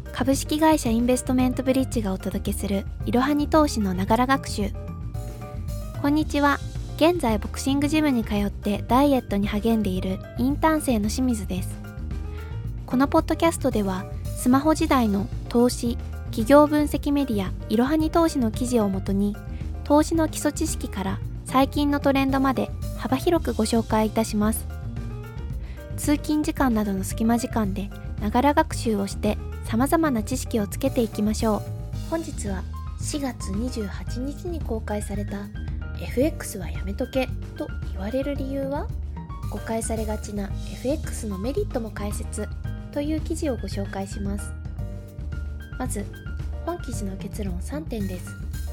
株式会社インベストメントブリッジがお届けするいろはに投資のながら学習。こんにちは。現在ボクシングジムに通ってダイエットに励んでいるインターン生の清水です。このポッドキャストではスマホ時代の投資、企業分析メディアいろはに投資の記事をもとに、投資の基礎知識から最近のトレンドまで幅広くご紹介いたします。通勤時間などの隙間時間でながら学習をして様々な知識をつけていきましょう。本日は4月28日に公開された FX はやめとけと言われる理由は、誤解されがちな FX のメリットも解説という記事をご紹介します。まず本記事の結論3点です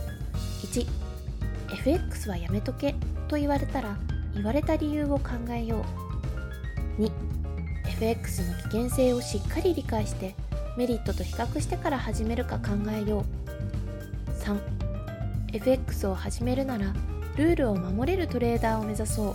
。1、FX はやめとけと言われたら言われた理由を考えよう。2、FX の危険性をしっかり理解してメリットと比較してから始めるか考えよう。3、FX を始めるならルールを守れるトレーダーを目指そう。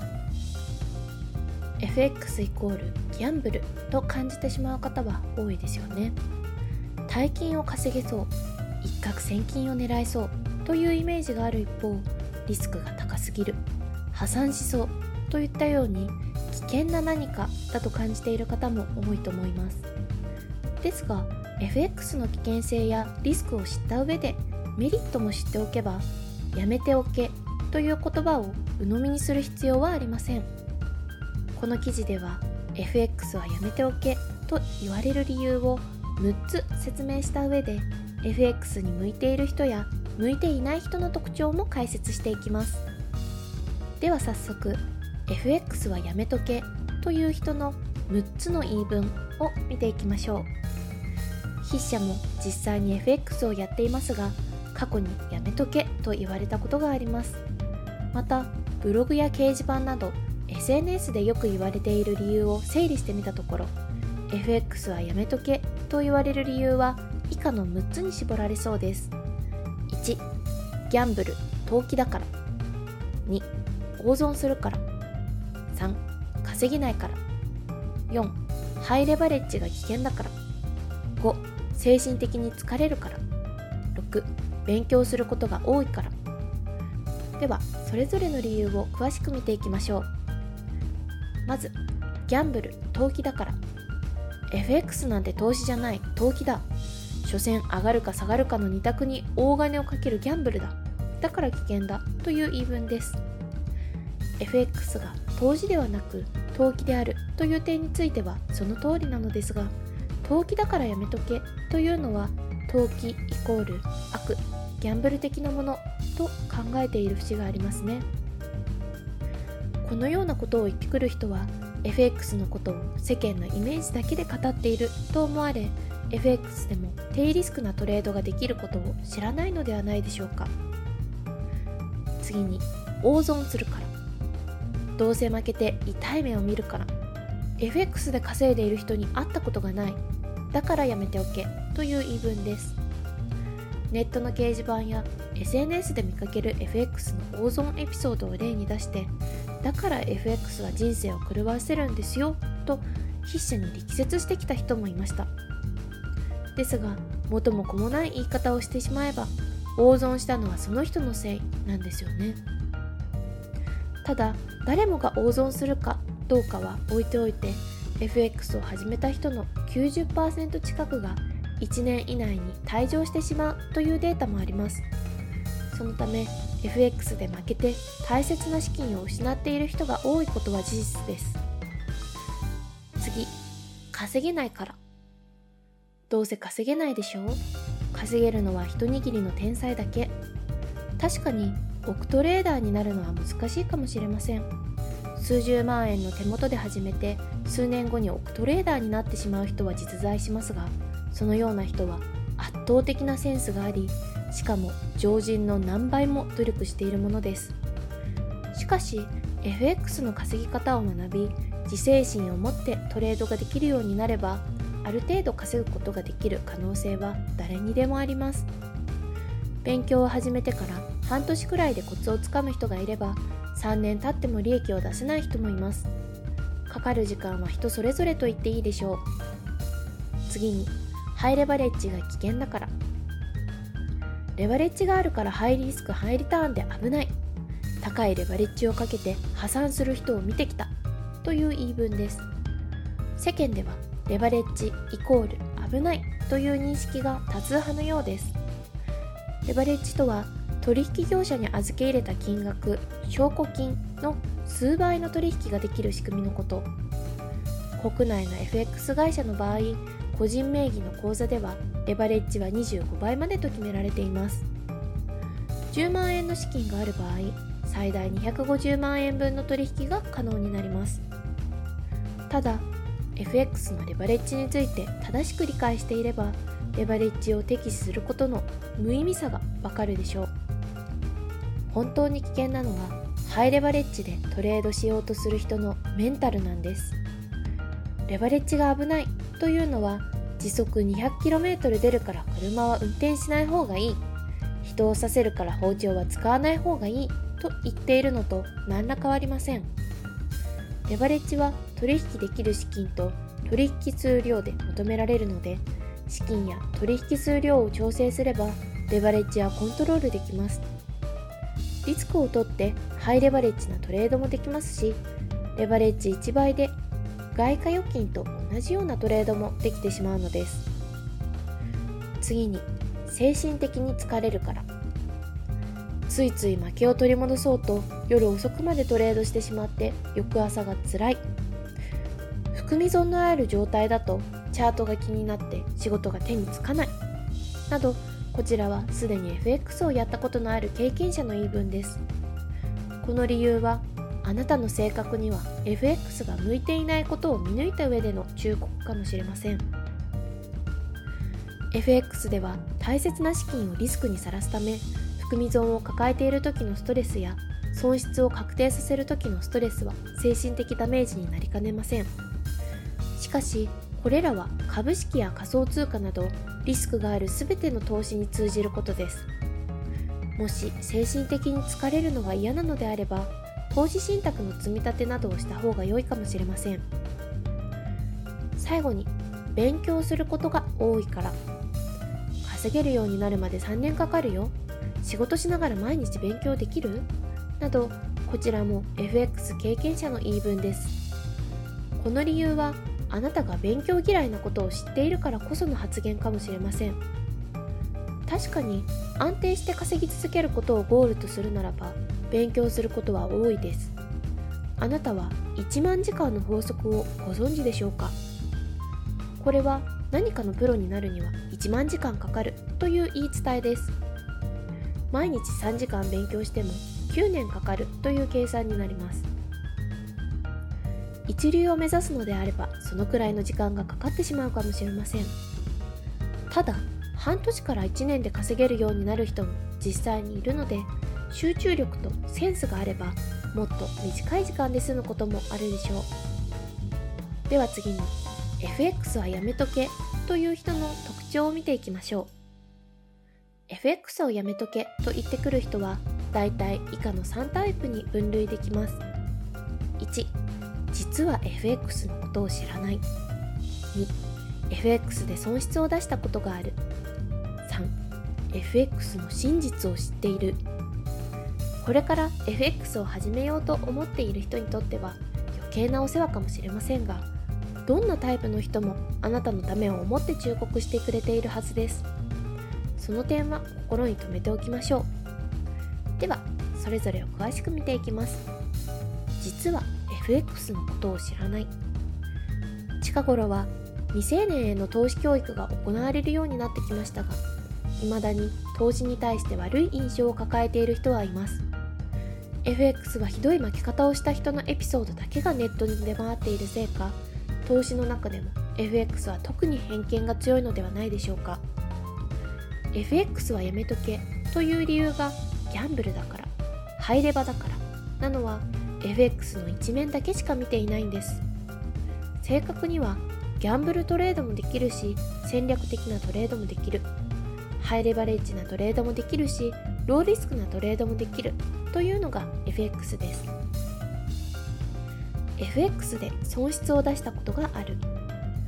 FX イコールギャンブルと感じてしまう方は多いですよね。大金を稼げそう、一攫千金を狙えそうというイメージがある一方、リスクが高すぎる、破産しそうといったように危険な何かだと感じている方も多いと思います。ですが FX の危険性やリスクを知った上でメリットも知っておけば、やめておけという言葉を鵜呑みにする必要はありません。この記事では FX はやめておけと言われる理由を6つ説明した上で、 FX に向いている人や向いていない人の特徴も解説していきます。では早速 FX はやめとけという人の6つの言い分を見ていきましょう。筆者も実際に FX をやっていますが、過去にやめとけと言われたことがあります。またブログや掲示板など SNS でよく言われている理由を整理してみたところ、 FX はやめとけと言われる理由は以下の6つに絞られそうです。1、ギャンブル、投機だから。2、大損するから。3、稼げないから。4、ハイレバレッジが危険だから。5、精神的に疲れるから。6、勉強することが多いから。ではそれぞれの理由を詳しく見ていきましょう。まずギャンブル、投機だから。 FX なんて投資じゃない、投機だ。所詮上がるか下がるかの二択に大金をかけるギャンブルだ。だから危険だという言い分です。 FX が投資ではなく投機であるという点についてはその通りなのですが、投機だからやめとけというのは投機イコール悪、ギャンブル的なものと考えている節がありますね。このようなことを言ってくる人は FX のことを世間のイメージだけで語っていると思われ、 FX でも低リスクなトレードができることを知らないのではないでしょうか。次に大損するから。どうせ負けて痛い目を見るから。 FX で稼いでいる人に会ったことがない、だからやめておけという言い分です。ネットの掲示板や SNS で見かける FX の大損エピソードを例に出して、だから FX は人生を狂わせるんですよと筆者に力説してきた人もいました。ですが元も子もない言い方をしてしまえば、大損したのはその人のせいなんですよね。ただ誰もが大損するかどうかは置いておいて、 FX を始めた人の 90% 近くが1年以内に退場してしまうというデータもあります。そのため FX で負けて大切な資金を失っている人が多いことは事実です。次、稼げないから。どうせ稼げないでしょう。稼げるのは一握りの天才だけ。確かに億トレーダーになるのは難しいかもしれません。数十万円の手元で始めて数年後に億トレーダーになってしまう人は実在しますが、そのような人は圧倒的なセンスがあり、しかも常人の何倍も努力しているものです。しかし FX の稼ぎ方を学び、自制心を持ってトレードができるようになれば、ある程度稼ぐことができる可能性は誰にでもあります。勉強を始めてから半年くらいでコツをつかむ人がいれば、3年経っても利益を出せない人もいます。かかる時間は人それぞれと言っていいでしょう。次にハイレバレッジが危険だから。レバレッジがあるからハイリスクハイリターンで危ない。高いレバレッジをかけて破産する人を見てきたという言い分です。世間ではレバレッジイコール危ないという認識が多数派のようです。レバレッジとは取引業者に預け入れた金額、証拠金の数倍の取引ができる仕組みのこと。国内の FX 会社の場合、個人名義の口座ではレバレッジは25倍までと決められています。10万円の資金がある場合、最大250万円分の取引が可能になります。ただ、FX のレバレッジについて正しく理解していれば、レバレッジを適視することの無意味さがわかるでしょう。本当に危険なのは、ハイレバレッジでトレードしようとする人のメンタルなんです。レバレッジが危ないというのは、時速 200km 出るから車は運転しない方がいい、人を刺せるから包丁は使わない方がいいと言っているのと何ら変わりません。レバレッジは取引できる資金と取引数量で求められるので、資金や取引数量を調整すればレバレッジはコントロールできます。リスクを取ってハイレバレッジなトレードもできますし、レバレッジ1倍で外貨預金と同じようなトレードもできてしまうのです。次に、精神的に疲れるから。ついつい負けを取り戻そうと夜遅くまでトレードしてしまって翌朝が辛い。含み損のある状態だとチャートが気になって仕事が手につかない。など、こちらはすでに FX をやったことのある経験者の言い分です。この理由は、あなたの性格には FX が向いていないことを見抜いた上での忠告かもしれません。FX では大切な資金をリスクにさらすため、含み損を抱えている時のストレスや損失を確定させる時のストレスは精神的ダメージになりかねません。しかし、これらは株式や仮想通貨などリスクがあるすべての投資に通じることです。もし精神的に疲れるのが嫌なのであれば、投資信託の積み立てなどをした方が良いかもしれません。最後に、勉強することが多いから。稼げるようになるまで3年かかるよ。仕事しながら毎日勉強できる？など、こちらも FX 経験者の言い分です。この理由は、あなたが勉強嫌いなことを知っているからこその発言かもしれません。確かに、安定して稼ぎ続けることをゴールとするならば、勉強することは多いです。あなたは1万時間の法則をご存知でしょうか？これは何かのプロになるには1万時間かかるという言い伝えです。毎日3時間勉強しても9年かかるという計算になります。一流を目指すのであればそのくらいの時間がかかってしまうかもしれません。ただ、半年から1年で稼げるようになる人も実際にいるので、集中力とセンスがあればもっと短い時間で済むこともあるでしょう。では次に、 FX はやめとけという人の特徴を見ていきましょう。 FX をやめとけと言ってくる人はだいたい以下の3タイプに分類できます。1、実は FX のことを知らない。2、FX で損失を出したことがある。3、FX の真実を知っている。これから FX を始めようと思っている人にとっては余計なお世話かもしれませんが、どんなタイプの人もあなたのためを思って忠告してくれているはずです。その点は心に留めておきましょう。では、それぞれを詳しく見ていきます。実は FX のことを知らない。近頃は未成年への投資教育が行われるようになってきましたが、未だに投資に対して悪い印象を抱えている人はいます。FX はひどい負け方をした人のエピソードだけがネットに出回っているせいか、投資の中でも FX は特に偏見が強いのではないでしょうか。FX はやめとけという理由がギャンブルだから、ハイレバだからなのは FX の一面だけしか見ていないんです。正確にはギャンブルトレードもできるし、戦略的なトレードもできる。ハイレバレッジなトレードもできるし、ローリスクなトレードもできるというのが FX です。FX で損失を出したことがある。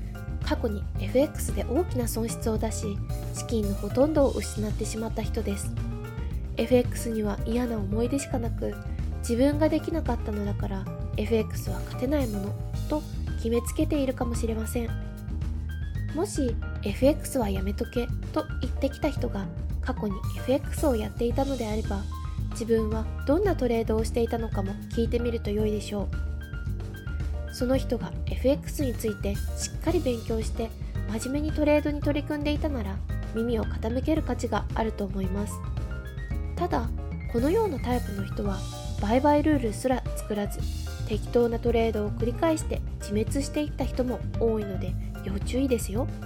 過去に FX で大きな損失を出し、資金のほとんどを失ってしまった人です。FX には嫌な思い出しかなく、自分ができなかったのだから FX は勝てないものと決めつけているかもしれません。もし FX はやめとけと言ってきた人が過去に FX をやっていたのであれば、自分はどんなトレードをしていたのかも聞いてみると良いでしょう。その人が FX についてしっかり勉強して真面目にトレードに取り組んでいたなら、耳を傾ける価値があると思います。ただ、このようなタイプの人は売買ルールすら作らず、適当なトレードを繰り返して自滅していった人も多いので要注意ですよ。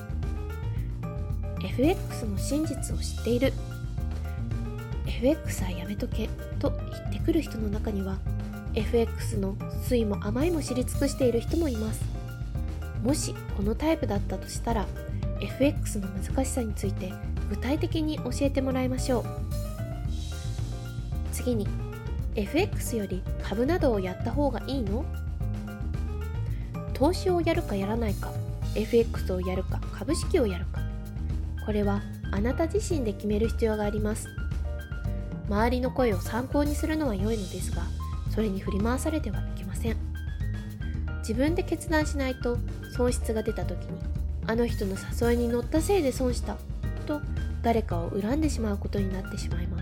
FX の真実を知っている、 FX はやめとけと言ってくる人の中には FX の酸いも甘いも知り尽くしている人もいます。もしこのタイプだったとしたら FX の難しさについて具体的に教えてもらいましょう。次に、 FX より株などをやった方がいいの？投資をやるかやらないか、 FX をやるか株式をやるか、これはあなた自身で決める必要があります。周りの声を参考にするのは良いのですが、それに振り回されてはいけません。自分で決断しないと、損失が出た時にあの人の誘いに乗ったせいで損したと誰かを恨んでしまうことになってしまいます。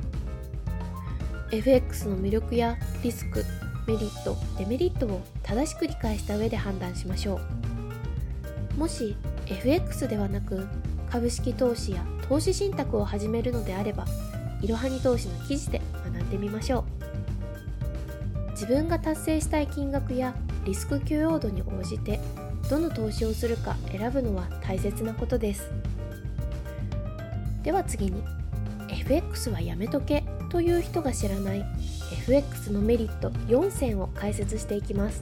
FX の魅力やリスク、メリット、デメリットを正しく理解した上で判断しましょう。もし FX ではなく株式投資や投資信託を始めるのであれば、いろはに投資の記事で学んでみましょう。自分が達成したい金額やリスク許容度に応じてどの投資をするか選ぶのは大切なことです。では次に、 FX はやめとけという人が知らない FX のメリット4選を解説していきます。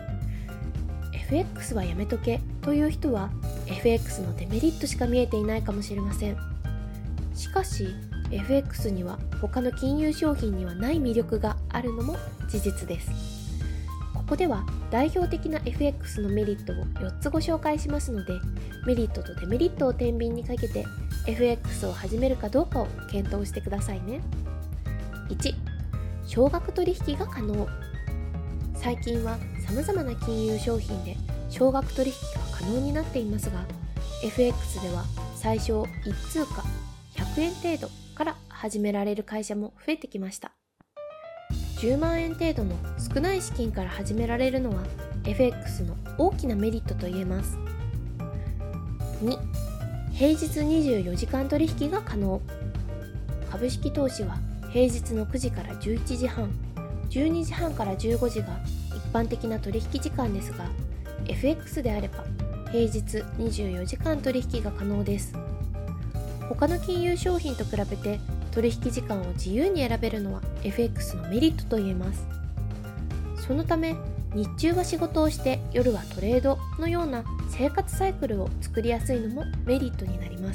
FX はやめとけという人は FX のデメリットしか見えていないかもしれません。しかし FX には他の金融商品にはない魅力があるのも事実です。ここでは代表的な FX のメリットを4つご紹介しますので、メリットとデメリットを天秤にかけて FX を始めるかどうかを検討してくださいね。1、少額取引が可能。最近は様々な金融商品で少額取引が可能になっていますが、 FX では最小1通貨100円程度から始められる会社も増えてきました。10万円程度の少ない資金から始められるのは FX の大きなメリットと言えます。2、平日24時間取引が可能。株式投資は平日の9時から11時半、12時半から15時が一般的な取引時間ですが、 FX であれば平日24時間取引が可能です。他の金融商品と比べて取引時間を自由に選べるのは FX のメリットと言えます。そのため日中は仕事をして夜はトレードのような生活サイクルを作りやすいのもメリットになります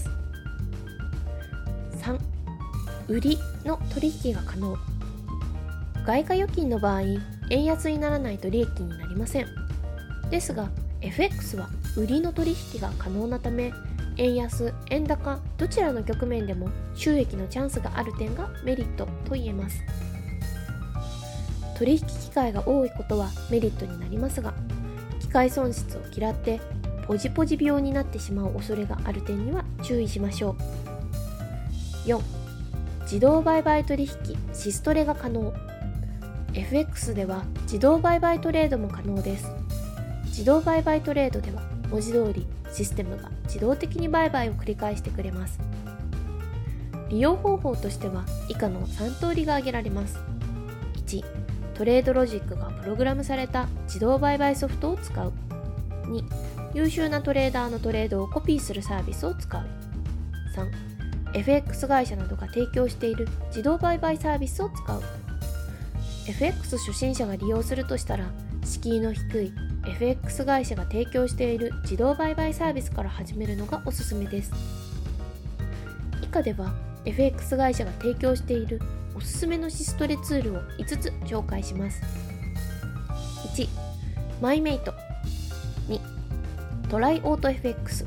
。3、売りの取引が可能。外貨預金の場合、円安にならないと利益になりません。ですが FX は売りの取引が可能なため、円安、円高どちらの局面でも収益のチャンスがある点がメリットと言えます。取引機会が多いことはメリットになりますが、機会損失を嫌ってポジポジ病になってしまう恐れがある点には注意しましょう。4、自動売買取引シストレが可能。 FX では自動売買トレードも可能です。自動売買トレードでは文字通りシステムが自動的に売買を繰り返してくれます。利用方法としては以下の3通りが挙げられます。1、トレードロジックがプログラムされた自動売買ソフトを使う。2、優秀なトレーダーのトレードをコピーするサービスを使う。3、FX 会社などが提供している自動売買サービスを使う。FX 初心者が利用するとしたら、敷居の低いFX 会社が提供している自動売買サービスから始めるのがおすすめです。以下では FX 会社が提供しているおすすめのシストレツールを5つ紹介します。1、マイメイト。2、 トライオート FX。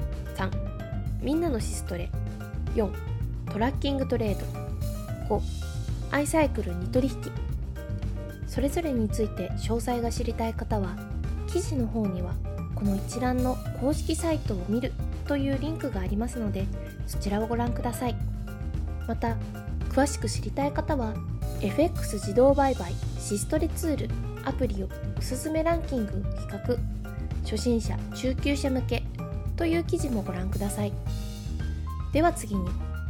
3、みんなのシストレ。4、トラッキングトレード。5、アイサイクル2取引。それぞれについて詳細が知りたい方は、記事の方にはこの一覧の公式サイトを見るというリンクがありますので、そちらをご覧ください。また詳しく知りたい方は FX 自動売買シストレツールアプリをおすすめランキング比較、初心者中級者向けという記事もご覧ください。では次に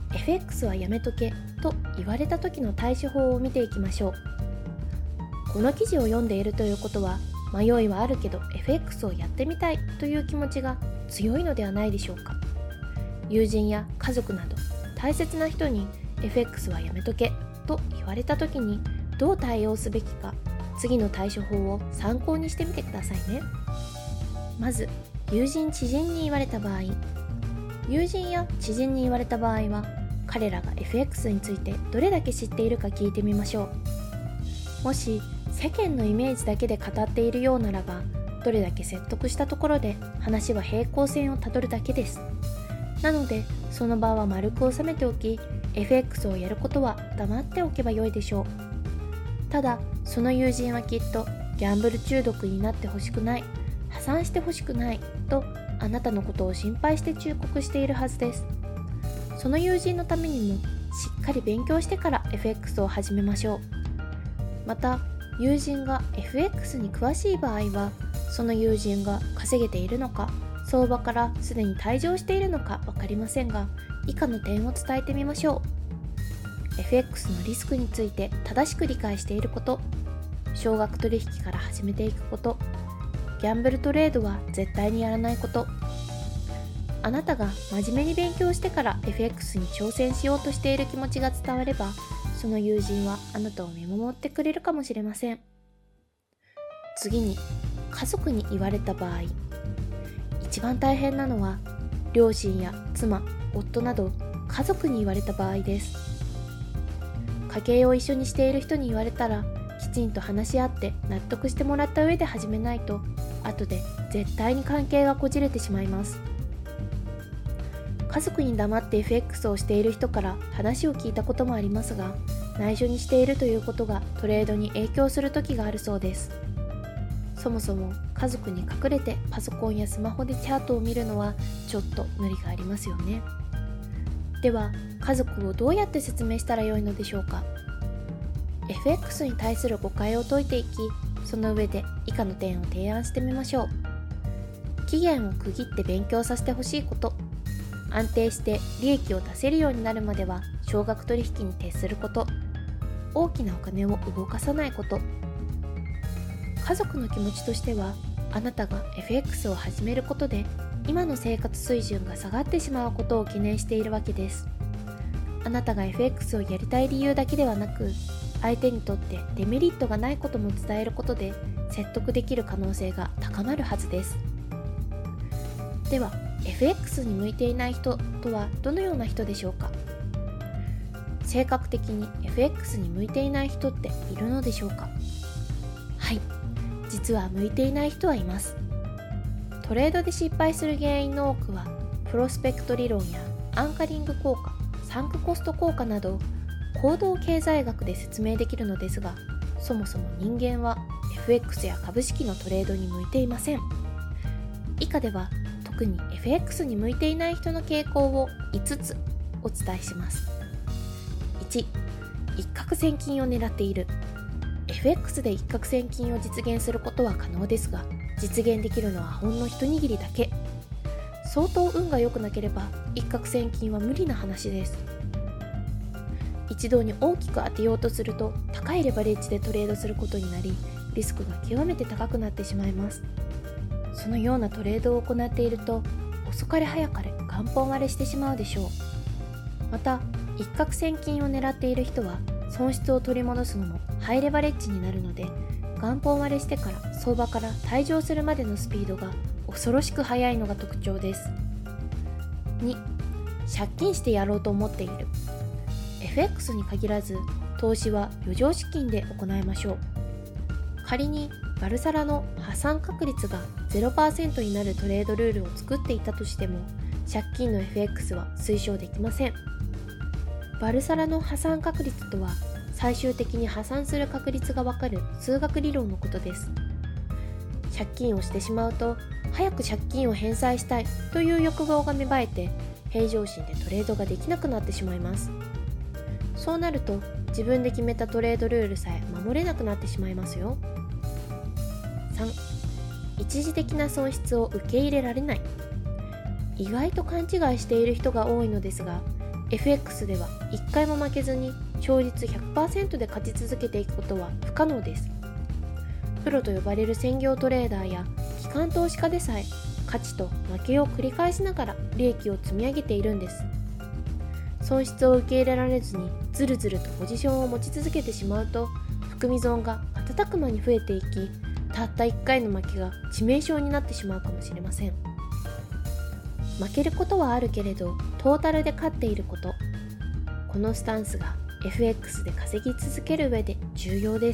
FX はやめとけと言われた時の対処法を見ていきましょう。この記事を読んでいるということは、迷いはあるけど FX をやってみたいという気持ちが強いのではないでしょうか。友人や家族など大切な人に FX はやめとけと言われた時にどう対応すべきか、次の対処法を参考にしてみてくださいね。まず友人知人に言われた場合、友人や知人に言われた場合は、彼らが FX についてどれだけ知っているか聞いてみましょう。もし世間のイメージだけで語っているようならば、どれだけ説得したところで話は平行線をたどるだけです。なのでその場は丸く収めておき、 FX をやることは黙っておけばよいでしょう。ただその友人はきっとギャンブル中毒になってほしくない、破産してほしくないとあなたのことを心配して忠告しているはずです。その友人のためにもしっかり勉強してから FX を始めましょう。また友人が FX に詳しい場合は、その友人が稼げているのか、相場からすでに退場しているのか分かりませんが、以下の点を伝えてみましょう。 FX のリスクについて正しく理解していること、少額取引から始めていくこと、ギャンブルトレードは絶対にやらないこと。あなたが真面目に勉強してから FX に挑戦しようとしている気持ちが伝われば、その友人はあなたを見守ってくれるかもしれません。次に家族に言われた場合、一番大変なのは両親や妻、夫など家族に言われた場合です。家計を一緒にしている人に言われたら、きちんと話し合って納得してもらった上で始めないと、後で絶対に関係がこじれてしまいます。家族に黙って FX をしている人から話を聞いたこともありますが、内緒にしているということがトレードに影響する時があるそうです。そもそも家族に隠れてパソコンやスマホでチャートを見るのはちょっと無理がありますよね。では家族をどうやって説明したらよいのでしょうか。 FX に対する誤解を解いていき、その上で以下の点を提案してみましょう。期限を区切って勉強させてほしいこと、安定して利益を出せるようになるまでは少額取引に徹すること、大きなお金を動かさないこと。家族の気持ちとしては、あなたが FX を始めることで今の生活水準が下がってしまうことを懸念しているわけです。あなたが FX をやりたい理由だけではなく、相手にとってデメリットがないことも伝えることで説得できる可能性が高まるはずです。ではFX に向いていない人とはどのような人でしょうか。性格的に FX に向いていない人っているのでしょうか。はい、実は向いていない人はいます。トレードで失敗する原因の多くは、プロスペクト理論やアンカリング効果、サンクコスト効果など行動経済学で説明できるのですが、そもそも人間は FX や株式のトレードに向いていません。以下では特に FX に向いていない人の傾向を5つお伝えします。1、一攫千金を狙っている。 FX で一攫千金を実現することは可能ですが、実現できるのはほんの一握りだけ。相当運が良くなければ一攫千金は無理な話です。一度に大きく当てようとすると高いレバレッジでトレードすることになり、リスクが極めて高くなってしまいます。そのようなトレードを行っていると、遅かれ早かれ元本割れしてしまうでしょう。また一攫千金を狙っている人は損失を取り戻すのもハイレバレッジになるので、元本割れしてから相場から退場するまでのスピードが恐ろしく速いのが特徴です。2、借金してやろうと思っている。 FX に限らず投資は余剰資金で行いましょう。仮にバルサラの破産確率が 0% になるトレードルールを作っていたとしても、借金の FX は推奨できません。バルサラの破産確率とは、最終的に破産する確率がわかる数学理論のことです。借金をしてしまうと、早く借金を返済したいという欲望が芽生えて、平常心でトレードができなくなってしまいます。そうなると、自分で決めたトレードルールさえ守れなくなってしまいますよ。3、一時的な損失を受け入れられない。意外と勘違いしている人が多いのですが、FX では1回も負けずに勝率 100% で勝ち続けていくことは不可能です。プロと呼ばれる専業トレーダーや機関投資家でさえ、勝ちと負けを繰り返しながら利益を積み上げているんです。損失を受け入れられずにずるずるとポジションを持ち続けてしまうと、含み損が瞬く間に増えていき、たった1回の負けが致命傷になってしまうかもしれません。負けることはあるけれど、トータルで勝っていること。このスタンスが FX で稼ぎ続ける上で重要です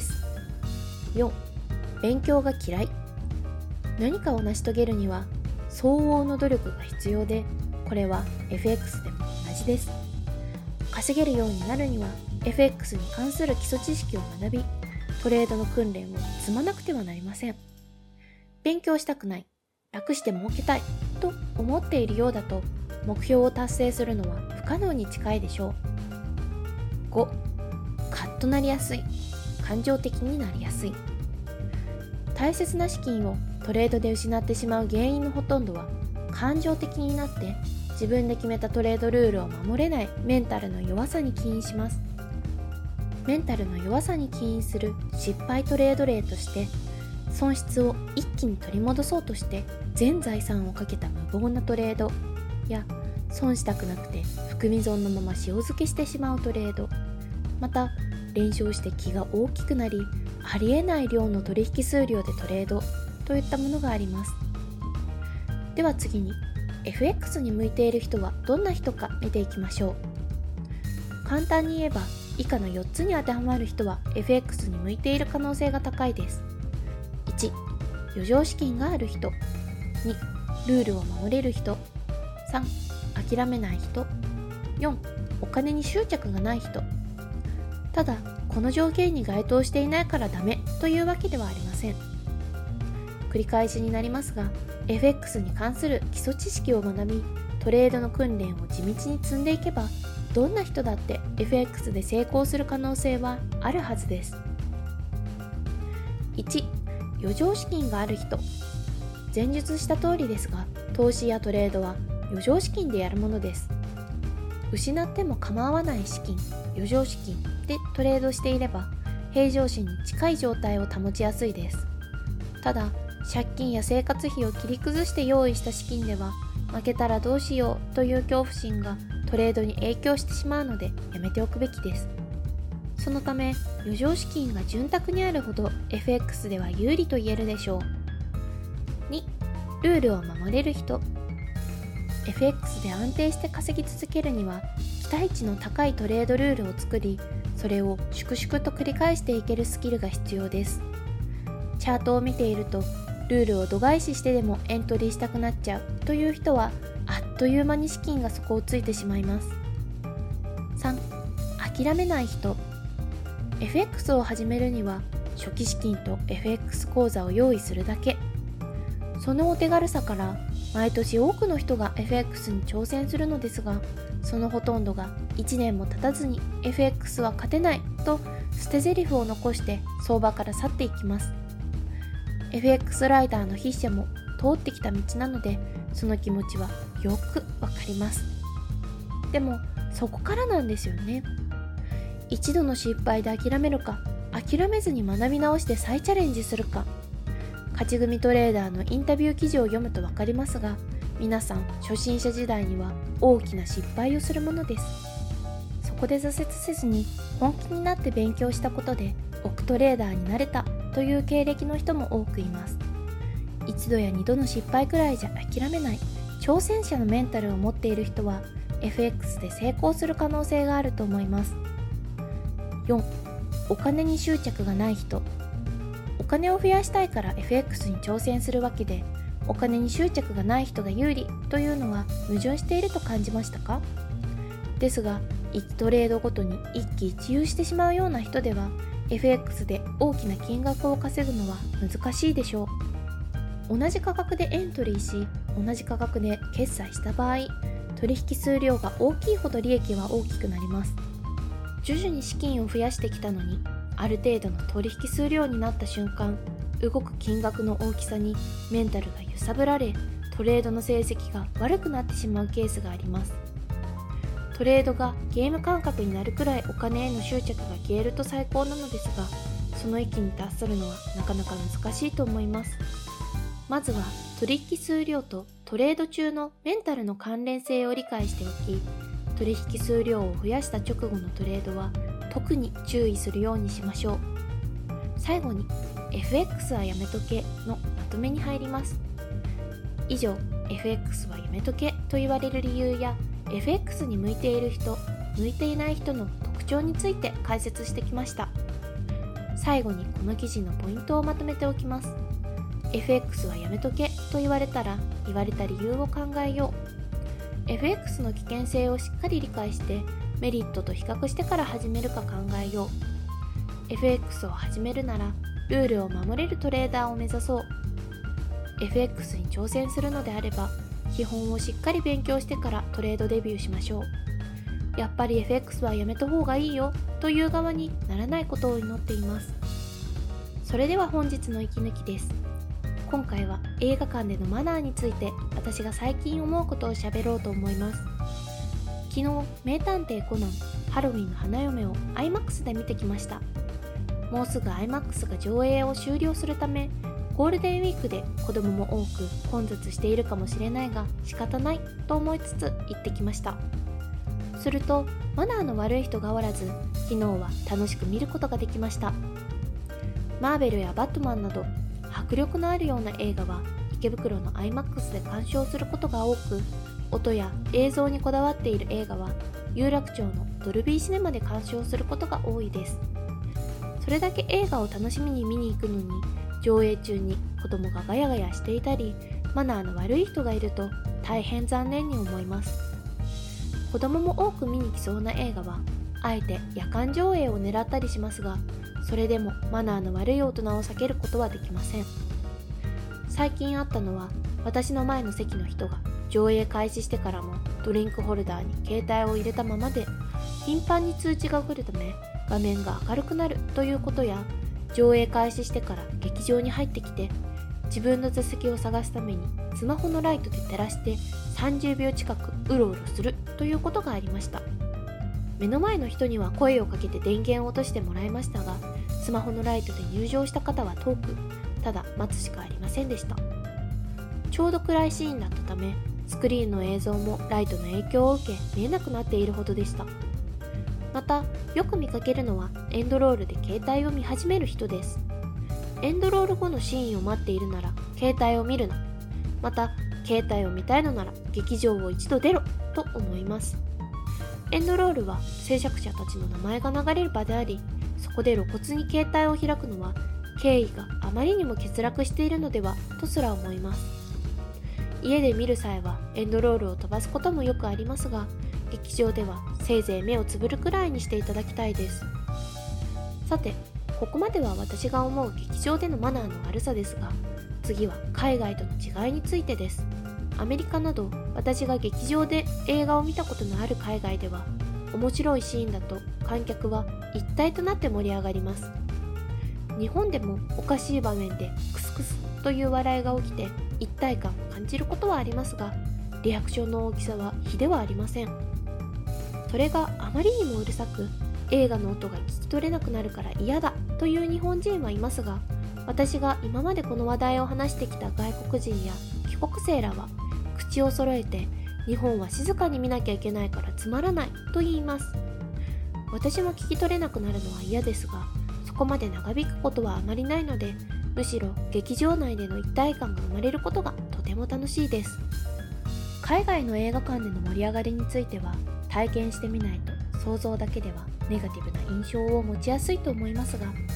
。4、勉強が嫌い。何かを成し遂げるには相応の努力が必要で、これは FX でも同じです。稼げるようになるには FX に関する基礎知識を学び、トレードの訓練を積まなくてはなりません。勉強したくない、楽して儲けたいと思っているようだと、目標を達成するのは不可能に近いでしょう。5、カッとなりやすい、感情的になりやすい。大切な資金をトレードで失ってしまう原因のほとんどは、感情的になって自分で決めたトレードルールを守れないメンタルの弱さに起因します。メンタルの弱さに起因する失敗トレード例として、損失を一気に取り戻そうとして全財産をかけた無謀なトレードや、損したくなくて含み損のまま塩漬けしてしまうトレード、また連勝して気が大きくなり、ありえない量の取引数量でトレードといったものがあります。では次に FX に向いている人はどんな人か見ていきましょう。簡単に言えば、以下の4つに当てはまる人は FX に向いている可能性が高いです。1、余剰資金がある人。2、ルールを守れる人。3、諦めない人。4、お金に執着がない人。ただ、この条件に該当していないからダメというわけではありません。繰り返しになりますが、FX に関する基礎知識を学び、トレードの訓練を地道に積んでいけば、どんな人だって FX で成功する可能性はあるはずです。1、余剰資金がある人。前述した通りですが、投資やトレードは余剰資金でやるものです。失っても構わない資金、余剰資金でトレードしていれば、平常心に近い状態を保ちやすいです。ただ、借金や生活費を切り崩して用意した資金では、負けたらどうしようという恐怖心がトレードに影響してしまうので、やめておくべきです。そのため、余剰資金が潤沢にあるほど FX では有利と言えるでしょう。2、ルールを守れる人。FX で安定して稼ぎ続けるには、期待値の高いトレードルールを作り、それを粛々と繰り返していけるスキルが必要です。チャートを見ていると、ルールを度外視してでもエントリーしたくなっちゃうという人は、あっという間に資金が底をついてしまいます。3、諦めない人。FX を始めるには、初期資金と FX 口座を用意するだけ。そのお手軽さから、毎年多くの人が FX に挑戦するのですが、そのほとんどが1年も経たずに FX は勝てないと捨て台詞を残して相場から去っていきます。FX ライダーの筆者も通ってきた道なので、その気持ちはよくわかります。でもそこからなんですよね。一度の失敗で諦めるか、諦めずに学び直して再チャレンジするか。勝ち組トレーダーのインタビュー記事を読むとわかりますが、皆さん初心者時代には大きな失敗をするものです。そこで挫折せずに本気になって勉強したことで億トレーダーになれたという経歴の人も多くいます。一度や二度の失敗くらいじゃ諦めない挑戦者のメンタルを持っている人は FX で成功する可能性があると思います。4、お金に執着がない人。 お金を増やしたいから FX に挑戦するわけで、お金に執着がない人が有利というのは矛盾していると感じましたか？ですが、1トレードごとに一喜一憂してしまうような人では、FX で大きな金額を稼ぐのは難しいでしょう。同じ価格でエントリーし、同じ価格で決済した場合、取引数量が大きいほど利益は大きくなります。徐々に資金を増やしてきたのに、ある程度の取引数量になった瞬間、動く金額の大きさにメンタルが揺さぶられ、トレードの成績が悪くなってしまうケースがあります。トレードがゲーム感覚になるくらいお金への執着が消えると最高なのですが、その域に達するのはなかなか難しいと思います。まずは取引数量とトレード中のメンタルの関連性を理解しておき、取引数量を増やした直後のトレードは特に注意するようにしましょう。最後に FX はやめとけのまとめに入ります。以上、FX はやめとけと言われる理由や FX に向いている人、向いていない人の特徴について解説してきました。最後にこの記事のポイントをまとめておきます。FX はやめとけと言われたら、言われた理由を考えよう。FX の危険性をしっかり理解してメリットと比較してから始めるか考えよう。 FX を始めるならルールを守れるトレーダーを目指そう。 FX に挑戦するのであれば基本をしっかり勉強してからトレードデビューしましょう。やっぱり FX はやめた方がいいよという側にならないことを祈っています。それでは本日の息抜きです。今回は映画館でのマナーについて私が最近思うことを喋ろうと思います。昨日、名探偵コナンハロウィンの花嫁を IMAX で見てきました。もうすぐ IMAX が上映を終了するため、ゴールデンウィークで子供も多く混雑しているかもしれないが仕方ないと思いつつ行ってきました。するとマナーの悪い人がおらず、昨日は楽しく見ることができました。マーベルやバットマンなど迫力のあるような映画は池袋の IMAX で鑑賞することが多く、音や映像にこだわっている映画は有楽町のドルビーシネマで鑑賞することが多いです。それだけ映画を楽しみに見に行くのに、上映中に子供がガヤガヤしていたりマナーの悪い人がいると大変残念に思います。子供も多く見に来そうな映画はあえて夜間上映を狙ったりしますが、それでもマナーの悪い大人を避けることはできません。最近あったのは、私の前の席の人が上映開始してからもドリンクホルダーに携帯を入れたままで、頻繁に通知が来るため画面が明るくなるということや、上映開始してから劇場に入ってきて自分の座席を探すためにスマホのライトで照らして30秒近くうろうろするということがありました。目の前の人には声をかけて電源を落としてもらいましたが、スマホのライトで入場した方は遠く、ただ待つしかありませんでした。ちょうど暗いシーンだったため、スクリーンの映像もライトの影響を受け見えなくなっているほどでした。また、よく見かけるのはエンドロールで携帯を見始める人です。エンドロール後のシーンを待っているなら携帯を見るな。また、携帯を見たいのなら劇場を一度出ろと思います。エンドロールは制作者たちの名前が流れる場であり、そこで露骨に携帯を開くのは敬意があまりにも欠落しているのではとすら思います。家で見る際はエンドロールを飛ばすこともよくありますが、劇場ではせいぜい目をつぶるくらいにしていただきたいです。さて、ここまでは私が思う劇場でのマナーの悪さですが、次は海外との違いについてです。アメリカなど私が劇場で映画を見たことのある海外では、面白いシーンだと観客は一体となって盛り上がります。日本でもおかしい場面でクスクスという笑いが起きて一体感を感じることはありますが、リアクションの大きさは比ではありません。それがあまりにもうるさく、映画の音が聞き取れなくなるから嫌だという日本人はいますが、私が今までこの話題を話してきた外国人や帰国生らは口を揃えて、日本は静かに見なきゃいけないからつまらないと言います。私も聞き取れなくなるのは嫌ですが、そこまで長引くことはあまりないので、むしろ劇場内での一体感が生まれることがとても楽しいです。海外の映画館での盛り上がりについては、体験してみないと想像だけではネガティブな印象を持ちやすいと思いますが、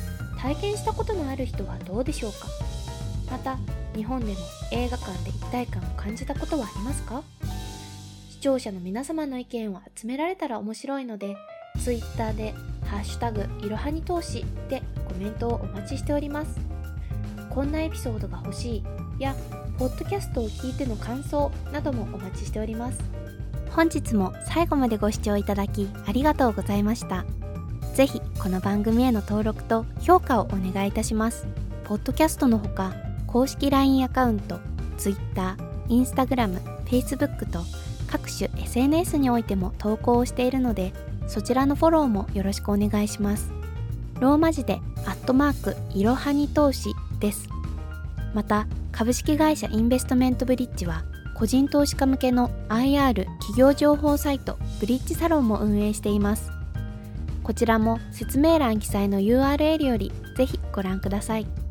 体験したことのある人はどうでしょうか。また、日本でも映画館で一体感を感じたことはありますか？視聴者の皆様の意見を集められたら面白いので、Twitter でハッシュタグいろはに投資でコメントをお待ちしております。こんなエピソードが欲しいや、ポッドキャストを聞いての感想などもお待ちしております。本日も最後までご視聴いただきありがとうございました。ぜひこの番組への登録と評価をお願いいたします。ポッドキャストのほか、公式 LINE アカウント、Twitter、Instagram、Facebook と各種 SNS においても投稿をしているので、そちらのフォローもよろしくお願いします。ローマ字でいろはに投資です。また、株式会社インベストメントブリッジは、個人投資家向けの IR 企業情報サイトブリッジサロンも運営しています。こちらも説明欄記載の URL よりぜひご覧ください。